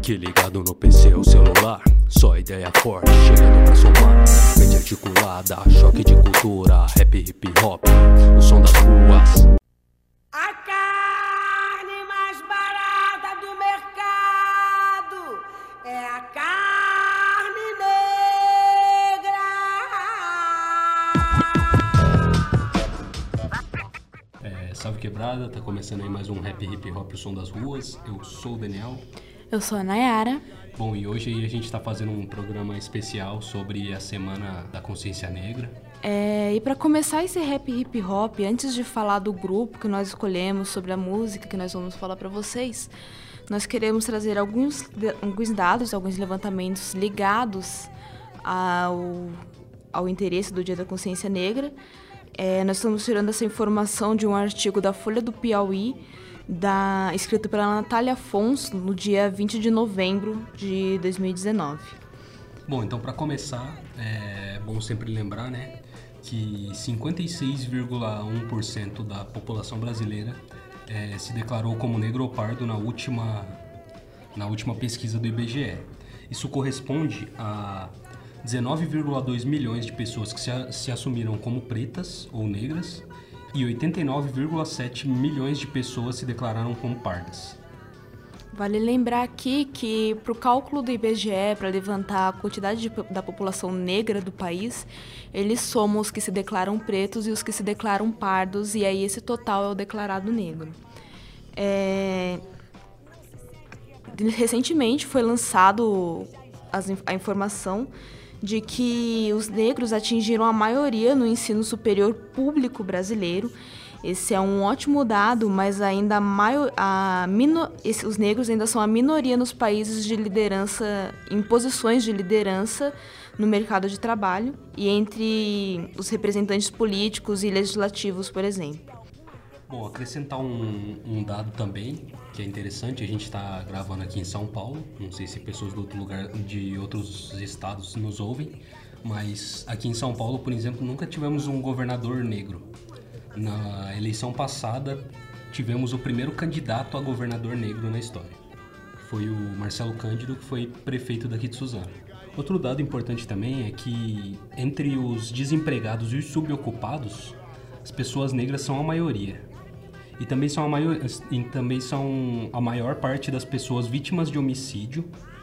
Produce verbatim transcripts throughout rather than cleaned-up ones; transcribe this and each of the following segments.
Fique ligado no P C ou celular, só ideia forte, chegando pra somar. Mente articulada, choque de cultura, rap, hip hop, o som das ruas. A carne mais barata do mercado é a carne negra. É, salve quebrada, tá começando aí mais um rap, hip hop, o som das ruas. Eu sou o Daniel. Eu sou a Nayara. Bom, e hoje aí a gente tá fazendo um programa especial sobre a Semana da Consciência Negra. É, e para começar esse rap hip hop, antes de falar do grupo que nós escolhemos, sobre a música que nós vamos falar para vocês, nós queremos trazer alguns, alguns dados, alguns levantamentos ligados ao, ao interesse do Dia da Consciência Negra. É, nós estamos tirando essa informação de um artigo da Folha do Piauí, da, escrito pela Natália Afonso, no dia vinte de novembro de dois mil e dezenove. Bom, então para começar, é bom sempre lembrar, né, que cinquenta e seis vírgula um por cento da população brasileira é, se declarou como negro ou pardo na última, na última pesquisa do I B G E. Isso corresponde a dezenove vírgula dois milhões de pessoas que se, se assumiram como pretas ou negras e oitenta e nove vírgula sete milhões de pessoas se declararam como pardas. Vale lembrar aqui que, para o cálculo do I B G E, para levantar a quantidade de, da população negra do país, eles somam os que se declaram pretos e os que se declaram pardos, e aí esse total é o declarado negro. É... Recentemente foi lançado as, a informação de que os negros atingiram a maioria no ensino superior público brasileiro. Esse é um ótimo dado, mas ainda a maior, a mino, esse, os negros ainda são a minoria nos países de liderança, em posições de liderança no mercado de trabalho e entre os representantes políticos e legislativos, por exemplo. Bom, acrescentar um, um dado também, que é interessante, a gente está gravando aqui em São Paulo, não sei se pessoas de, outro lugar, de outros estados nos ouvem, mas aqui em São Paulo, por exemplo, nunca tivemos um governador negro. Na eleição passada, tivemos o primeiro candidato a governador negro na história. Foi o Marcelo Cândido, que foi prefeito daqui de Suzano. Outro dado importante também é que entre os desempregados e os subocupados, as pessoas negras são a maioria. E também são a maior, e também são a maior parte das pessoas vítimas de homicídio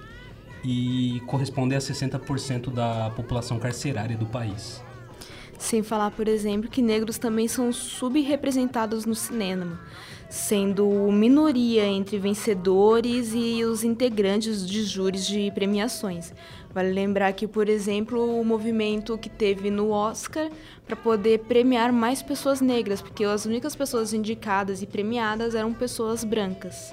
e correspondem a sessenta por cento da população carcerária do país. Sem falar, por exemplo, que negros também são subrepresentados no cinema, sendo minoria entre vencedores e os integrantes de júris de premiações. Vale lembrar que, por exemplo, o movimento que teve no Oscar para poder premiar mais pessoas negras, porque as únicas pessoas indicadas e premiadas eram pessoas brancas.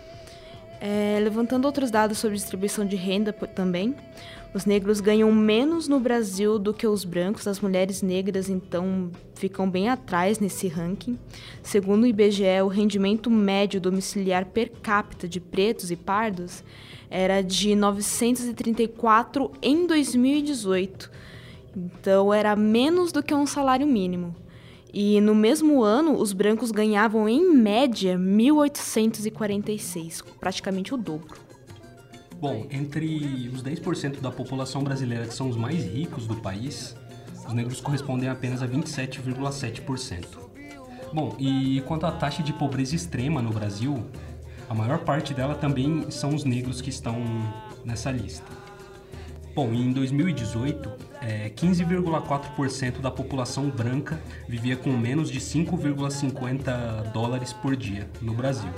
É, levantando outros dados sobre distribuição de renda também, os negros ganham menos no Brasil do que os brancos, as mulheres negras, então, ficam bem atrás nesse ranking. Segundo o I B G E, o rendimento médio domiciliar per capita de pretos e pardos era de novecentos e trinta e quatro em dois mil e dezoito, então era menos do que um salário mínimo. E no mesmo ano, os brancos ganhavam, em média, mil oitocentos e quarenta e seis, praticamente o dobro. Bom, entre os dez por cento da população brasileira que são os mais ricos do país, os negros correspondem apenas a vinte e sete vírgula sete por cento. Bom, e quanto à taxa de pobreza extrema no Brasil, a maior parte dela também são os negros que estão nessa lista. Bom, em dois mil e dezoito, é, quinze vírgula quatro por cento da população branca vivia com menos de cinco vírgula cinquenta dólares por dia no Brasil.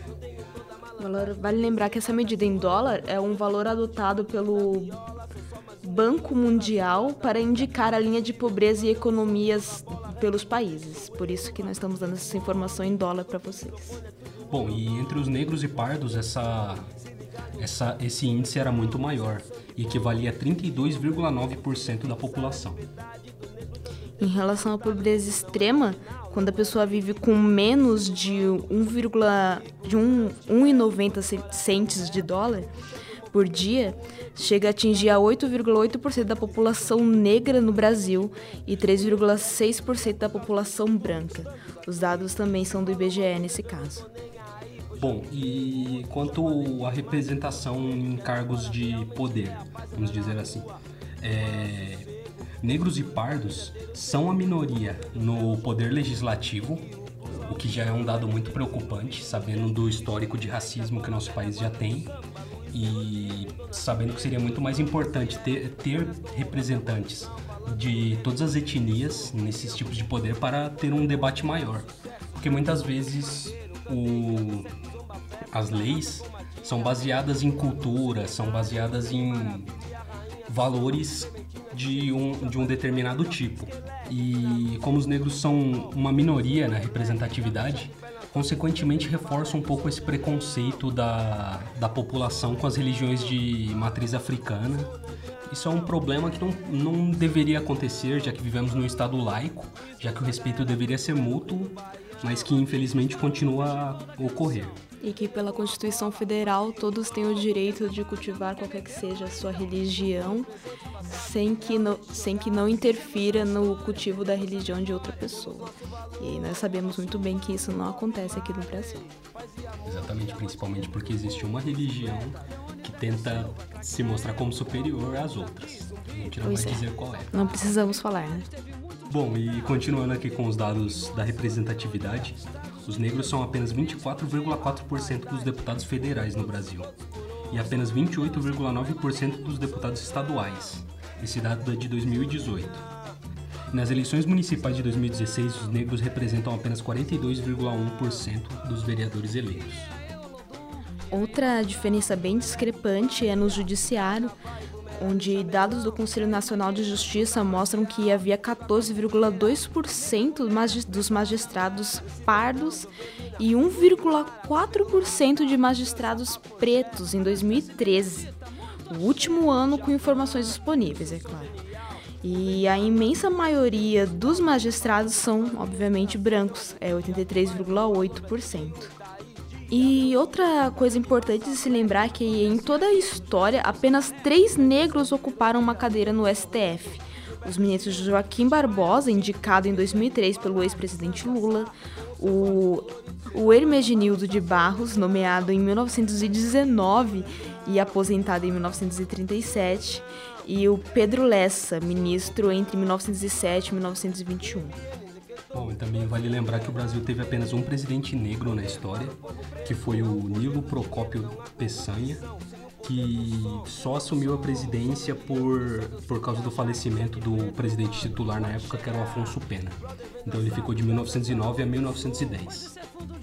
Vale lembrar que essa medida em dólar é um valor adotado pelo Banco Mundial para indicar a linha de pobreza e economias pelos países. Por isso que nós estamos dando essa informação em dólar para vocês. Bom, e entre os negros e pardos, essa, essa, esse índice era muito maior e equivalia a trinta e dois vírgula nove por cento da população. Em relação à pobreza extrema, quando a pessoa vive com menos de um vírgula noventa centes de dólar por dia, chega a atingir a oito vírgula oito por cento da população negra no Brasil e três vírgula seis por cento da população branca. Os dados também são do I B G E nesse caso. Bom, e quanto à representação em cargos de poder, vamos dizer assim, é... negros e pardos são a minoria no poder legislativo, o que já é um dado muito preocupante, sabendo do histórico de racismo que o nosso país já tem e sabendo que seria muito mais importante ter, ter representantes de todas as etnias nesses tipos de poder para ter um debate maior. Porque muitas vezes o, as leis são baseadas em cultura, são baseadas em valores de um, de um determinado tipo. E como os negros são uma minoria na representatividade, consequentemente reforça um pouco esse preconceito da, da população com as religiões de matriz africana. Isso é um problema que não, não deveria acontecer, já que vivemos num estado laico, já que o respeito deveria ser mútuo, mas que infelizmente continua a ocorrer. E que pela Constituição Federal todos têm o direito de cultivar qualquer que seja a sua religião, sem que, no, sem que não interfira no cultivo da religião de outra pessoa. E nós sabemos muito bem que isso não acontece aqui no Brasil. Exatamente, principalmente porque existe uma religião que tenta se mostrar como superior às outras. A gente não pois vai é. dizer qual é. Não precisamos falar, né? Bom, e continuando aqui com os dados da representatividade, os negros são apenas vinte e quatro vírgula quatro por cento dos deputados federais no Brasil e apenas vinte e oito vírgula nove por cento dos deputados estaduais. Esse dado é de dois mil e dezoito. Nas eleições municipais de dois mil e dezesseis, os negros representam apenas quarenta e dois vírgula um por cento dos vereadores eleitos. Outra diferença bem discrepante é no judiciário, onde dados do Conselho Nacional de Justiça mostram que havia quatorze vírgula dois por cento dos magistrados pardos e um vírgula quatro por cento de magistrados pretos em dois mil e treze, o último ano com informações disponíveis, é claro. E a imensa maioria dos magistrados são, obviamente, brancos, é oitenta e três vírgula oito por cento. E outra coisa importante de se lembrar é que em toda a história, apenas três negros ocuparam uma cadeira no S T F. Os ministros Joaquim Barbosa, indicado em dois mil e três pelo ex-presidente Lula, o, o Hermeginildo de Barros, nomeado em mil novecentos e dezenove e aposentado em mil novecentos e trinta e sete, e o Pedro Lessa, ministro entre mil novecentos e sete e mil novecentos e vinte e um. Bom, e também vale lembrar que o Brasil teve apenas um presidente negro na história, que foi o Nilo Procópio Peçanha, que só assumiu a presidência por, por causa do falecimento do presidente titular na época, que era o Afonso Pena. Então ele ficou de mil novecentos e nove a mil novecentos e dez.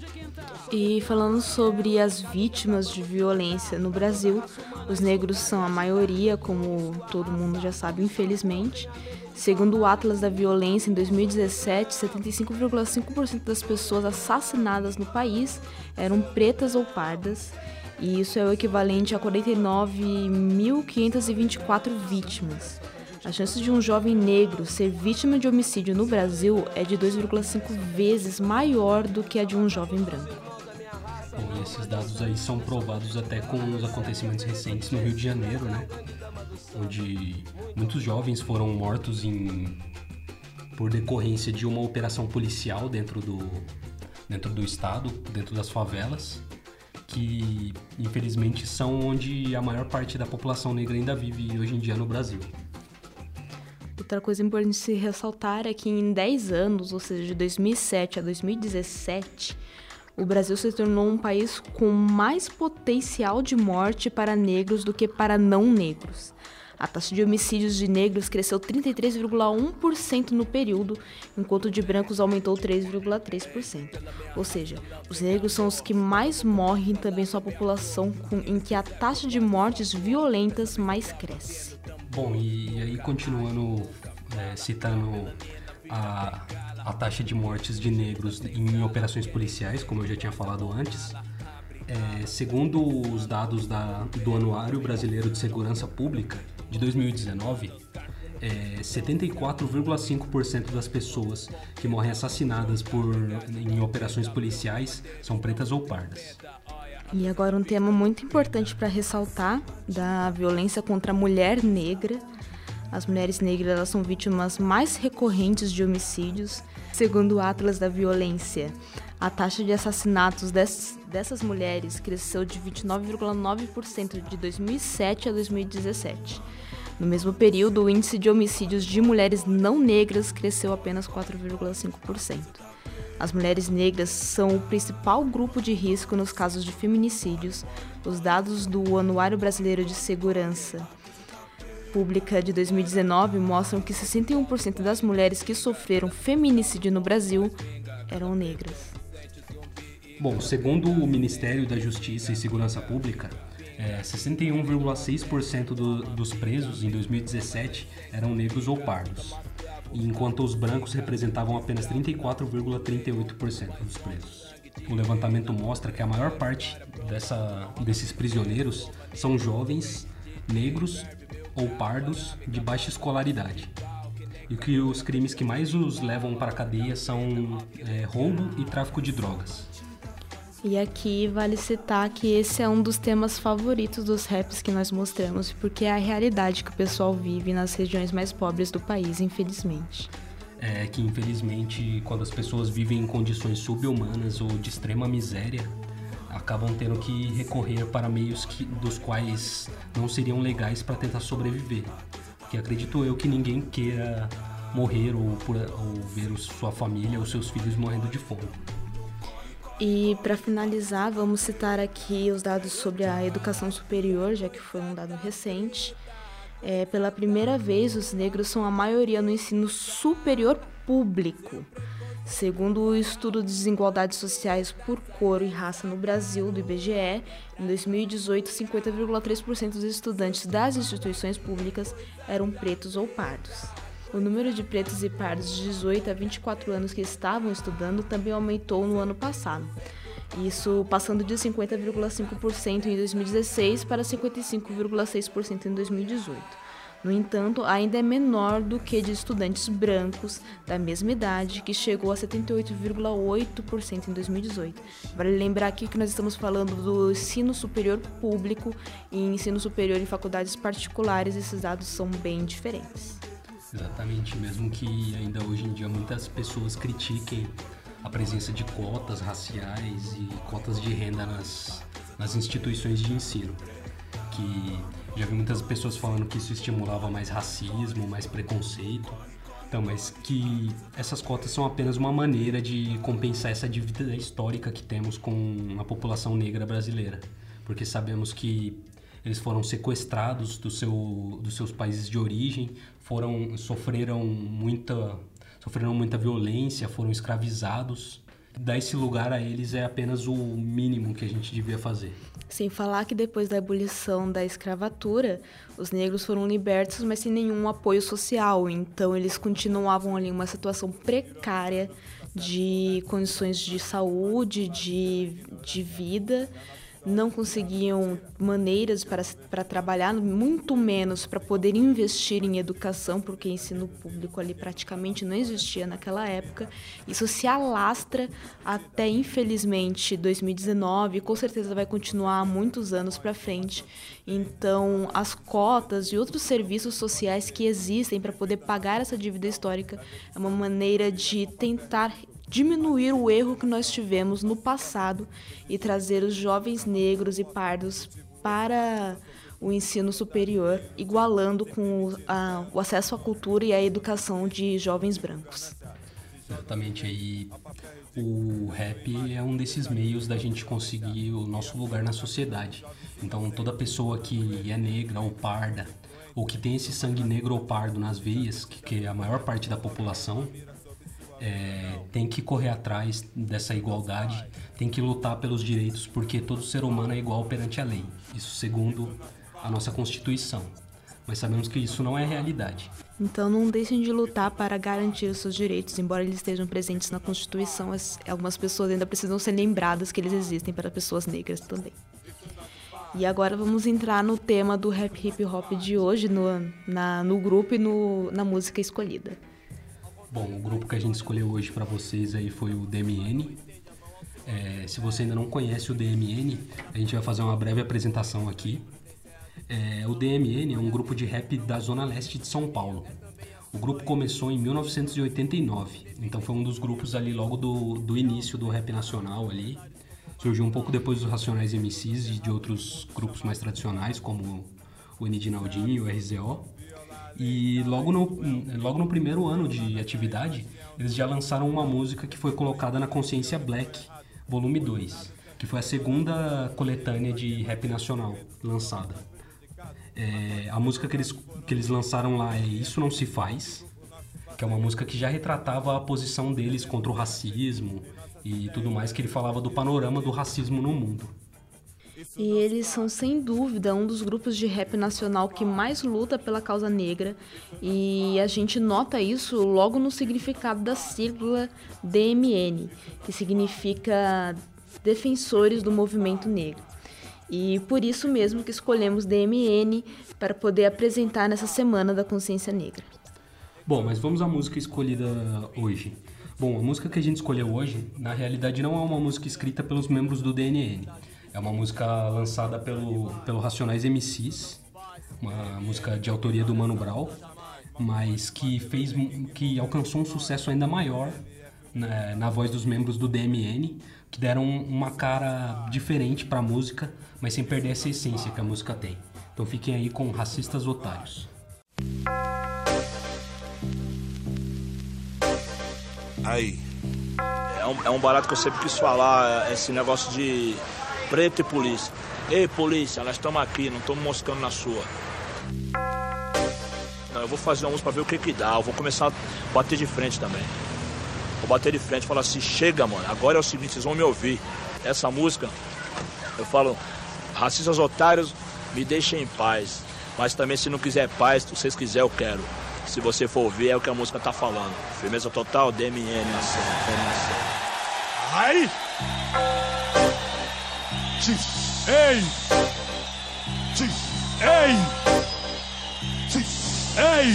E falando sobre as vítimas de violência no Brasil, os negros são a maioria, como todo mundo já sabe, infelizmente. Segundo o Atlas da Violência, em dois mil e dezessete, setenta e cinco vírgula cinco por cento das pessoas assassinadas no país eram pretas ou pardas, e isso é o equivalente a quarenta e nove mil quinhentas e vinte e quatro vítimas. A chance de um jovem negro ser vítima de homicídio no Brasil é de dois vírgula cinco vezes maior do que a de um jovem branco. Bom, e esses dados aí são provados até com os acontecimentos recentes no Rio de Janeiro, né? Onde muitos jovens foram mortos em, por decorrência de uma operação policial dentro do, dentro do estado, dentro das favelas, que infelizmente são onde a maior parte da população negra ainda vive hoje em dia no Brasil. Outra coisa importante de se ressaltar é que em dez anos, ou seja, de dois mil e sete a dois mil e dezessete, o Brasil se tornou um país com mais potencial de morte para negros do que para não negros. A taxa de homicídios de negros cresceu trinta e três vírgula um por cento no período, enquanto de brancos aumentou três vírgula três por cento. Ou seja, os negros são os que mais morrem, também são a população com, em que a taxa de mortes violentas mais cresce. Bom, e aí continuando, é, citando a, a taxa de mortes de negros em operações policiais, como eu já tinha falado antes, é, segundo os dados da, do Anuário Brasileiro de Segurança Pública, de dois mil e dezenove, é, setenta e quatro vírgula cinco por cento das pessoas que morrem assassinadas por, em operações policiais são pretas ou pardas. E agora um tema muito importante para ressaltar da violência contra a mulher negra. As mulheres negras elas são vítimas mais recorrentes de homicídios. Segundo o Atlas da Violência, a taxa de assassinatos dessas, dessas mulheres cresceu de vinte e nove vírgula nove por cento de dois mil e sete a dois mil e dezessete. No mesmo período, o índice de homicídios de mulheres não negras cresceu apenas quatro vírgula cinco por cento. As mulheres negras são o principal grupo de risco nos casos de feminicídios. Os dados do Anuário Brasileiro de Segurança Pública de dois mil e dezenove mostram que sessenta e um por cento das mulheres que sofreram feminicídio no Brasil eram negras. Bom, segundo o Ministério da Justiça e Segurança Pública, é, sessenta e um vírgula seis por cento do, dos presos em dois mil e dezessete eram negros ou pardos, enquanto os brancos representavam apenas trinta e quatro vírgula trinta e oito por cento dos presos. O levantamento mostra que a maior parte dessa, desses prisioneiros são jovens, negros ou pardos de baixa escolaridade, e que os crimes que mais os levam para a cadeia são é, roubo e tráfico de drogas. E aqui vale citar que esse é um dos temas favoritos dos raps que nós mostramos, porque é a realidade que o pessoal vive nas regiões mais pobres do país, infelizmente. É que, infelizmente, quando as pessoas vivem em condições sub-humanas ou de extrema miséria, acabam tendo que recorrer para meios que, dos quais não seriam legais para tentar sobreviver. Porque acredito eu que ninguém queira morrer ou, por, ou ver sua família ou seus filhos morrendo de fome. E para finalizar, vamos citar aqui os dados sobre a educação superior, já que foi um dado recente. É, pela primeira vez, os negros são a maioria no ensino superior público. Segundo o estudo de desigualdades sociais por cor e raça no Brasil, do I B G E, em dois mil e dezoito, cinquenta vírgula três por cento dos estudantes das instituições públicas eram pretos ou pardos. O número de pretos e pardos de dezoito a vinte e quatro anos que estavam estudando também aumentou no ano passado. Isso passando de cinquenta vírgula cinco por cento em dois mil e dezesseis para cinquenta e cinco vírgula seis por cento em dois mil e dezoito. No entanto, ainda é menor do que de estudantes brancos da mesma idade, que chegou a setenta e oito vírgula oito por cento em dois mil e dezoito. Vale lembrar aqui que nós estamos falando do ensino superior público e ensino superior em faculdades particulares, esses dados são bem diferentes. Exatamente, mesmo que ainda hoje em dia muitas pessoas critiquem a presença de cotas raciais e cotas de renda nas, nas instituições de ensino, que já vi muitas pessoas falando que isso estimulava mais racismo, mais preconceito, então, mas que essas cotas são apenas uma maneira de compensar essa dívida histórica que temos com a população negra brasileira, porque sabemos que eles foram sequestrados do seu, dos seus países de origem, foram, sofreram, muita, sofreram muita violência, foram escravizados. Dar esse lugar a eles é apenas o mínimo que a gente devia fazer. Sem falar que depois da abolição da escravatura, os negros foram libertos, mas sem nenhum apoio social. Então, eles continuavam ali em uma situação precária de condições de saúde, de, de vida. Não conseguiam maneiras para, para trabalhar, muito menos para poder investir em educação, porque ensino público ali praticamente não existia naquela época. Isso se alastra até, infelizmente, dois mil e dezenove, e com certeza vai continuar há muitos anos para frente. Então, as cotas e outros serviços sociais que existem para poder pagar essa dívida histórica é uma maneira de tentar diminuir o erro que nós tivemos no passado e trazer os jovens negros e pardos para o ensino superior, igualando com o, a, o acesso à cultura e à educação de jovens brancos. Exatamente, aí o rap é um desses meios da gente conseguir o nosso lugar na sociedade. Então toda pessoa que é negra ou parda, ou que tem esse sangue negro ou pardo nas veias, que, que é a maior parte da população, É, tem que correr atrás dessa igualdade, tem que lutar pelos direitos, porque todo ser humano é igual perante a lei. Isso segundo a nossa Constituição. Mas sabemos que isso não é realidade. Então não deixem de lutar para garantir os seus direitos, embora eles estejam presentes na Constituição, algumas pessoas ainda precisam ser lembradas que eles existem para pessoas negras também. E agora vamos entrar no tema do rap hip hop de hoje, no, na, no grupo e no, na música escolhida. Bom, o grupo que a gente escolheu hoje para vocês aí foi o D M N. É, se você ainda não conhece o D M N, a gente vai fazer uma breve apresentação aqui. É, o D M N é um grupo de rap da Zona Leste de São Paulo. O grupo começou em mil novecentos e oitenta e nove, então foi um dos grupos ali logo do, do início do rap nacional ali. Surgiu um pouco depois dos Racionais M Cs e de outros grupos mais tradicionais, como o N D Naldinho e o R Z O. E logo no, logo no primeiro ano de atividade, eles já lançaram uma música que foi colocada na Consciência Black, volume dois, que foi a segunda coletânea de rap nacional lançada. É, a música que eles, que eles lançaram lá é Isso Não Se Faz, que é uma música que já retratava a posição deles contra o racismo e tudo mais, que ele falava do panorama do racismo no mundo. E eles são, sem dúvida, um dos grupos de rap nacional que mais luta pela causa negra, e a gente nota isso logo no significado da sigla D M N, que significa Defensores do Movimento Negro. E por isso mesmo que escolhemos D M N para poder apresentar nessa Semana da Consciência Negra. Bom, mas vamos à música escolhida hoje. Bom, a música que a gente escolheu hoje, na realidade, não é uma música escrita pelos membros do D N N. É uma música lançada pelo, pelo Racionais M Cs, uma música de autoria do Mano Brown, mas que, fez, que alcançou um sucesso ainda maior na, na voz dos membros do D M N, que deram uma cara diferente para a música, mas sem perder essa essência que a música tem. Então fiquem aí com Racistas Otários. Aí, é um, é um barato que eu sempre quis falar, esse negócio de preto e polícia. Ei, polícia, nós estamos aqui, não estamos moscando na sua. Não, eu vou fazer uma música pra ver o que que dá, eu vou começar a bater de frente também. Vou bater de frente e falar assim, chega, mano, agora é o seguinte, vocês vão me ouvir. Essa música, eu falo, racistas otários, me deixem em paz. Mas também, se não quiser paz, se vocês quiserem, eu quero. Se você for ouvir, é o que a música tá falando. Firmeza total, D M N, nação, nação. Ai! Ei! Ei! Ei!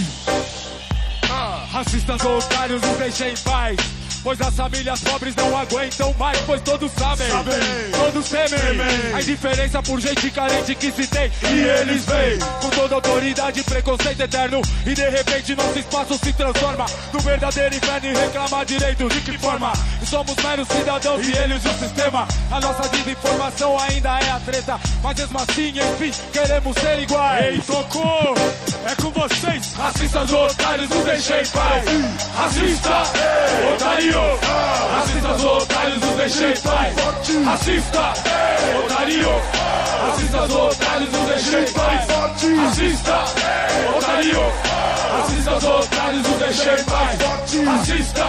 Racistas otários, nos deixem em paz. Pois as famílias pobres não aguentam mais, pois todos sabem, sabem. Todos temem, temem a indiferença por gente carente que se tem. E eles vêm com toda autoridade, preconceito eterno. E de repente nosso espaço se transforma no verdadeiro inferno e reclama direito de que forma? E somos meros cidadãos e eles o sistema. A nossa desinformação ainda é a treta, mas mesmo assim, enfim, queremos ser iguais. Ei, tocou! É com vocês, racistas otários, nos deixem em paz. Racista, otário. Racistas otários, nos deixem em paz. Racista, otário. Racistas otários, nos deixem em paz. Racista, otário. Racistas otários, nos deixem em paz. Racista,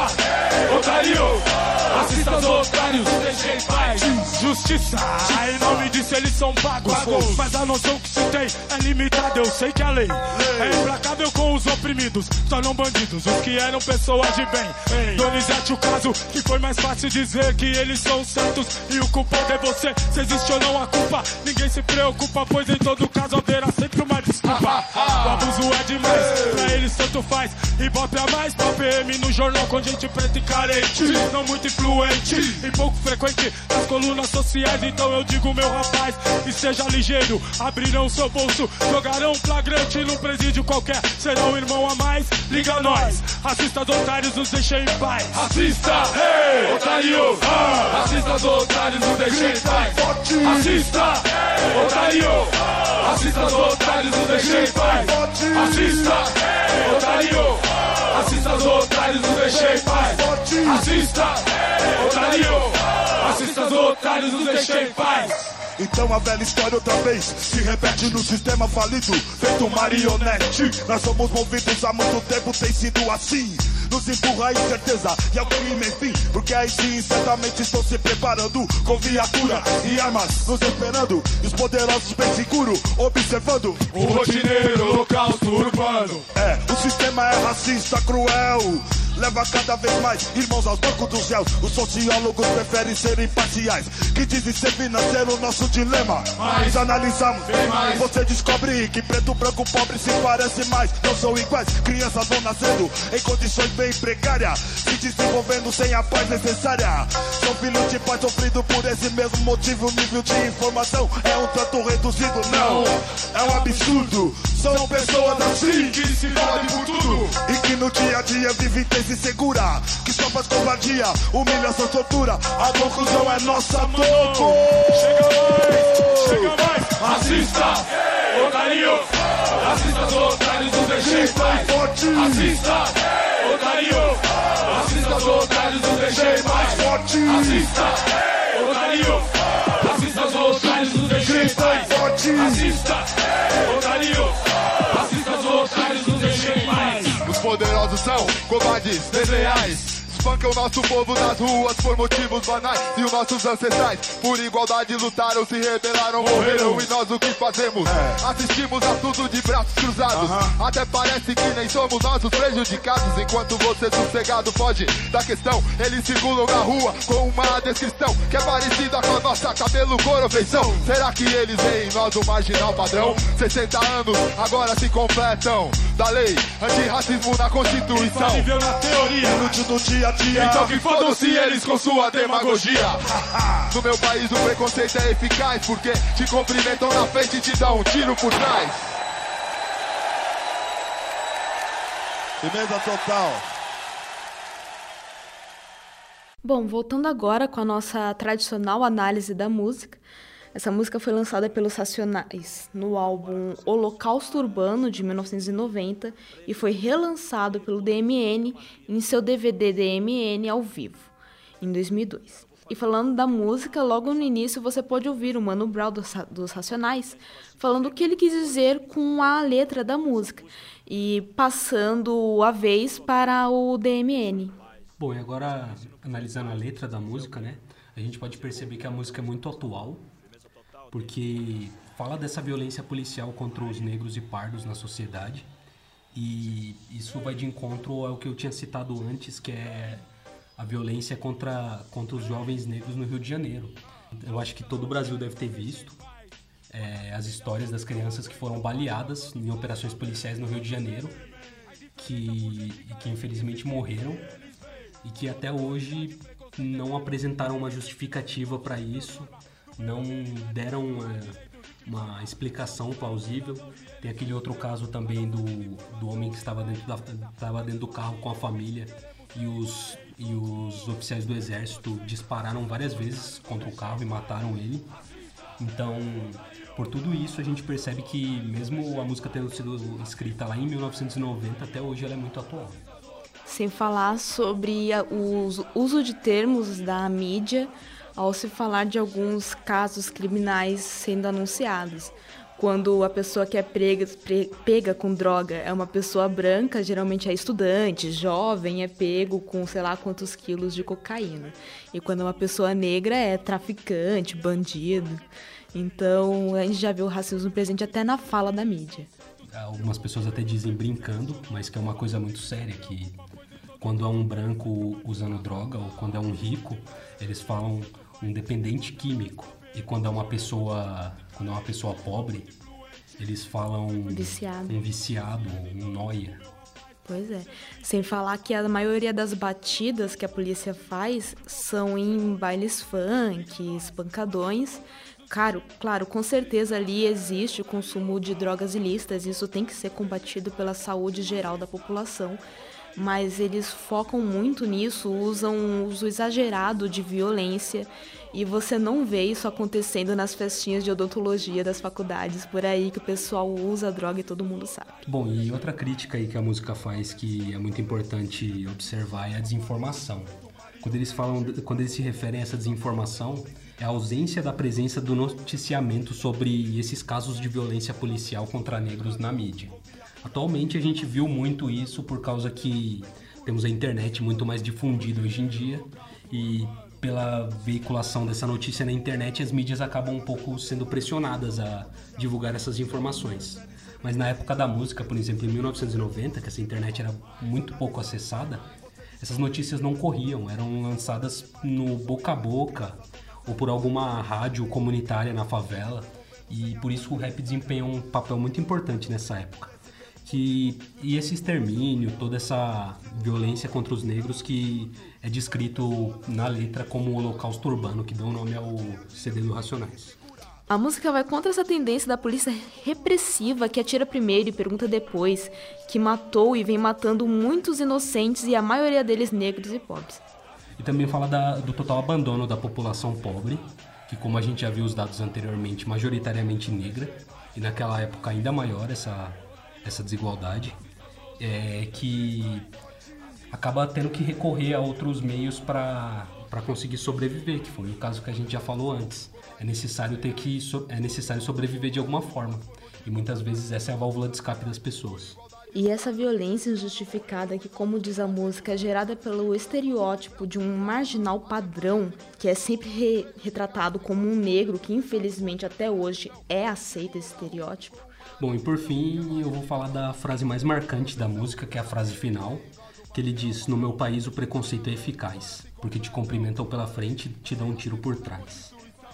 otário. Racistas otários, nos deixem em paz. Justiça, em nome disso eles são pagos, pagos. Mas a noção que se tem é limitada, eu sei que a lei, lei. É implacável com os oprimidos, tornam bandidos os que eram pessoas de bem. Ei. Donizete o caso, que foi mais fácil dizer que eles são certos e o culpado é você. Se existe ou não a culpa, ninguém se preocupa, pois em todo caso haverá sempre uma desculpa. O abuso é demais, pra eles tanto faz. Ibope a mais, pra P M no jornal com gente preta e carente, não muito influente e pouco frequente nas colunas sociais. Então eu digo, meu rapaz, e seja ligeiro, abrirão seu bolso, jogarão um flagrante num presídio qualquer, serão um irmão a mais, liga a nós. Racistas otários, nos deixem em paz. Racista, hey, otário, ah. Racistas otários, nos deixem em paz. Racista, hey, otário, ah. Racistas otários, nos deixem em paz. Racista, hey, otário, ah. Racistas otários, nos deixem em paz. Racista, hey, otário, ah. Racistas otários, nos deixem em paz. Então a velha história outra vez se repete no sistema falido, feito marionete. Nós somos movidos há muito tempo, tem sido assim. Nos empurra a incerteza e ao crime, enfim. Porque aí sim, certamente estão se preparando com viatura e armas, nos esperando. E os poderosos bem seguros, observando o rotineiro holocausto urbano. É, o sistema é racista, cruel. leva cada vez mais irmãos aos bancos dos réus. Os sociólogos preferem ser imparciais, que dizem ser financeiro o nosso dilema. Mas analisamos, mais. Você descobre que preto, branco, pobre se parece mais. Não são iguais, crianças vão nascendo em condições bem precárias, se desenvolvendo sem a paz necessária. São filhos de pai sofrido por esse mesmo motivo. O nível de informação é um tanto reduzido. Não, é um absurdo. São pessoas assim que se fodem por tudo e que no dia a dia vivem tensa e segura, que só faz covardia, humilhação, tortura. A conclusão é nossa toco. Chega mais, chega mais. Racista, otário. Racistas, otários, os deixei mais. Racista, otário. Racistas, otários, os deixei mais. Racista, otário. Racistas, otários, os deixei mais. Racista, otário. Racistas, otários, os deixei mais. Os poderosos são covardes, desleais, espancam nosso povo nas ruas por motivos banais. E os nossos ancestrais por igualdade lutaram, se rebelaram, morreram. E nós o que fazemos? É. Assistimos a tudo de braços cruzados. Uh-huh. Até parece que nem somos nós os prejudicados. Enquanto você sossegado foge da questão, eles circulam na rua com uma descrição que é parecida com a nossa: cabelo, cor ou feição. Será que eles veem em nós o marginal padrão? sessenta anos agora se completam da lei antirracismo na Constituição. Nível na teoria, inútil no dia a dia. Então que fodam-se eles com sua demagogia. No meu país o preconceito é eficaz, porque te cumprimentam na frente e te dão um tiro por trás. Firmeza total. Bom, voltando agora com a nossa tradicional análise da música. Essa música foi lançada pelos Racionais no álbum Holocausto Urbano, de mil novecentos e noventa, e foi relançado pelo D M N em seu D V D D M N ao vivo, em dois mil e dois. E falando da música, logo no início você pode ouvir o Mano Brown dos, dos Racionais falando o que ele quis dizer com a letra da música, e passando a vez para o D M N. Bom, e agora, analisando a letra da música, né, a gente pode perceber que a música é muito atual, porque fala dessa violência policial contra os negros e pardos na sociedade, e isso vai de encontro ao que eu tinha citado antes, que é a violência contra, contra os jovens negros no Rio de Janeiro. Eu acho que todo o Brasil deve ter visto é, as histórias das crianças que foram baleadas em operações policiais no Rio de Janeiro, que, que infelizmente morreram, e que até hoje não apresentaram uma justificativa para isso, não deram uma, uma explicação plausível. Tem aquele outro caso também do, do homem que estava dentro, da, estava dentro do carro com a família, e os, e os oficiais do exército dispararam várias vezes contra o carro e mataram ele. Então, por tudo isso, a gente percebe que mesmo a música tendo sido escrita lá em mil novecentos e noventa, até hoje ela é muito atual. Sem falar sobre o uso de termos da mídia ao se falar de alguns casos criminais sendo anunciados. Quando a pessoa que é prega, pre, pega com droga é uma pessoa branca, geralmente é estudante, jovem, é pego com sei lá quantos quilos de cocaína. E quando é uma pessoa negra é traficante, bandido. Então a gente já vê o racismo presente até na fala da mídia. Algumas pessoas até dizem brincando, mas que é uma coisa muito séria, que quando é um branco usando droga ou quando é um rico, eles falam um dependente químico. E quando é uma pessoa, quando é uma pessoa pobre, eles falam viciado. um viciado, um nóia. Pois é. Sem falar que a maioria das batidas que a polícia faz são em bailes funk, espancadões. Claro, claro, com certeza ali existe o consumo de drogas ilícitas, isso tem que ser combatido pela saúde geral da população. Mas eles focam muito nisso, usam um uso exagerado de violência, e você não vê isso acontecendo nas festinhas de odontologia das faculdades por aí, que o pessoal usa droga e todo mundo sabe. Bom, e outra crítica aí que a música faz, que é muito importante observar, é a desinformação. Quando eles falam, quando eles se referem a essa desinformação, é a ausência da presença do noticiamento sobre esses casos de violência policial contra negros na mídia. Atualmente a gente viu muito isso por causa que temos a internet muito mais difundida hoje em dia, e pela veiculação dessa notícia na internet as mídias acabam um pouco sendo pressionadas a divulgar essas informações. Mas na época da música, por exemplo, em mil novecentos e noventa, que essa internet era muito pouco acessada, essas notícias não corriam, eram lançadas no boca a boca ou por alguma rádio comunitária na favela, e por isso o rap desempenhou um papel muito importante nessa época. Que, e esse extermínio, toda essa violência contra os negros que é descrito na letra como o holocausto urbano, que deu o nome ao C D do Racionais. A música vai contra essa tendência da polícia repressiva que atira primeiro e pergunta depois, que matou e vem matando muitos inocentes e a maioria deles negros e pobres. E também fala da, do total abandono da população pobre, que, como a gente já viu os dados anteriormente, majoritariamente negra, e naquela época ainda maior essa, essa desigualdade, é, que acaba tendo que recorrer a outros meios para para conseguir sobreviver, que foi o caso que a gente já falou antes. É necessário ter que é necessário sobreviver de alguma forma, e muitas vezes essa é a válvula de escape das pessoas. E essa violência injustificada que, como diz a música, é gerada pelo estereótipo de um marginal padrão, que é sempre re- retratado como um negro, que infelizmente até hoje é aceito esse estereótipo. Bom, e por fim eu vou falar da frase mais marcante da música, que é a frase final, que ele diz: "No meu país o preconceito é eficaz, porque te cumprimentam pela frente e te dão um tiro por trás."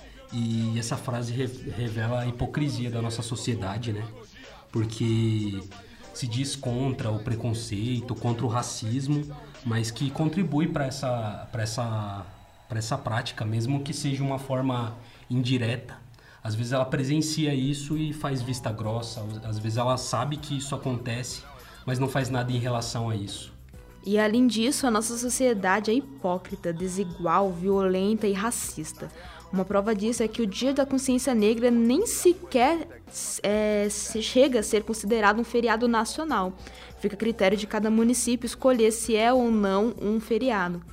E essa frase re- revela a hipocrisia da nossa sociedade, né? Porque se diz contra o preconceito, contra o racismo, mas que contribui para essa, para essa, para essa prática, mesmo que seja uma forma indireta. Às vezes ela presencia isso e faz vista grossa, às vezes ela sabe que isso acontece, mas não faz nada em relação a isso. E além disso, a nossa sociedade é hipócrita, desigual, violenta e racista. Uma prova disso é que o Dia da Consciência Negra nem sequer é, chega a ser considerado um feriado nacional. Fica a critério de cada município escolher se é ou não um feriado.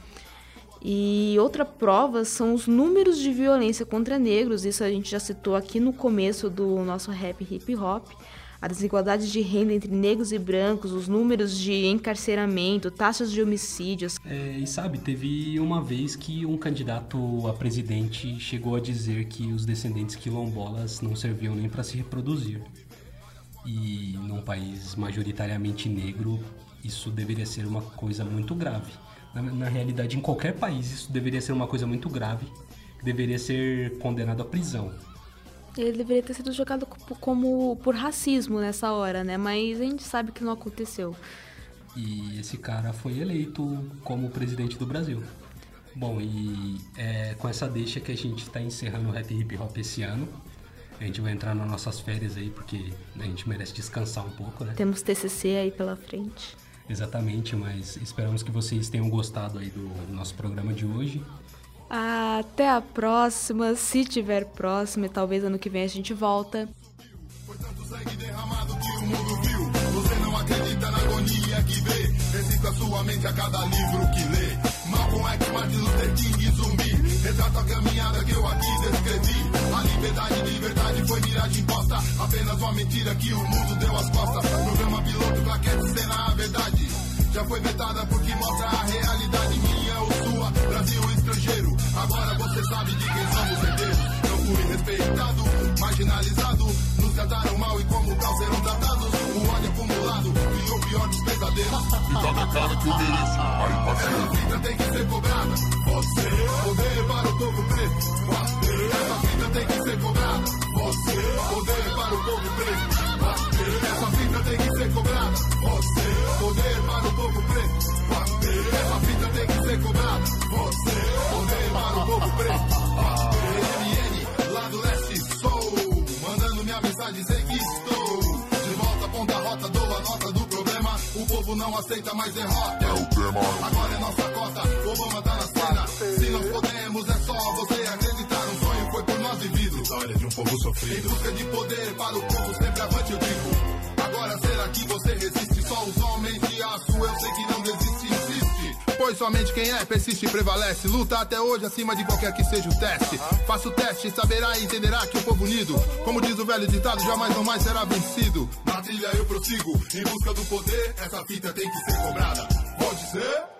E outra prova são os números de violência contra negros, isso a gente já citou aqui no começo do nosso rap hip hop. A desigualdade de renda entre negros e brancos, os números de encarceramento, taxas de homicídios. É, e sabe, teve uma vez que um candidato a presidente chegou a dizer que os descendentes quilombolas não serviam nem para se reproduzir. E num país majoritariamente negro, isso deveria ser uma coisa muito grave. Na, na realidade, em qualquer país, isso deveria ser uma coisa muito grave, que deveria ser condenado à prisão. Ele deveria ter sido jogado como por racismo nessa hora, né? Mas a gente sabe que não aconteceu. E esse cara foi eleito como presidente do Brasil. Bom, e é com essa deixa que a gente está encerrando o Rap Hip Hop esse ano. A gente vai entrar nas nossas férias aí, porque a gente merece descansar um pouco, né? Temos T C C aí pela frente. Exatamente, mas esperamos que vocês tenham gostado aí do nosso programa de hoje. Até a próxima, se tiver próxima, e talvez ano que vem a gente volta. Foi tanto sangue derramado que o mundo viu. Você não acredita na agonia que vê. Recicla sua mente a cada livro que lê. Malcolm X, Martin Luther King e Zumbi. Retrata a caminhada que eu aqui descrevi. A liberdade de verdade foi miragem imposta. Apenas uma mentira que o mundo deu as costas. Programa piloto, claquete, cena, a verdade já foi vetada porque mostra a realidade minha ou sua, Brasil ou estrangeiro. Agora você sabe de quem somos herdeiros. Não fui respeitado, marginalizado. Nos trataram mal e como tal serão tratados. O ódio acumulado criou o pior dos pesadelos. Me dá na cara que eu mereço. Aí, parceiro. Essa fita tem que ser cobrada. Você, poder para o povo preto. Essa fita tem que ser cobrada. Você, poder para o povo preto. Essa fita tem que ser cobrada. Você, poder para o povo preto. Essa fita tem que ser cobrada. Você, poder para o povo preto. M N, lá do leste sou. Mandando minha mensagem, sei que estou. De volta, ponta a rota, dou a nota do problema. O povo não aceita mais derrota. É o tema. Agora é nossa cota, Obama tá na cena. Se nós podemos, é só você acreditar. Um sonho foi por nós vivido. História de um povo sofrido. Em busca de poder para o povo, sempre avante eu digo. Agora será que você resiste? Só os homens de aço, eu sei que não desiste, insiste. Pois somente quem é, persiste e prevalece. Luta até hoje acima de qualquer que seja o teste. Faça o teste, saberá e entenderá que o povo unido, como diz o velho ditado, jamais não mais será vencido. Na trilha eu prossigo, em busca do poder, essa fita tem que ser cobrada. Vou dizer...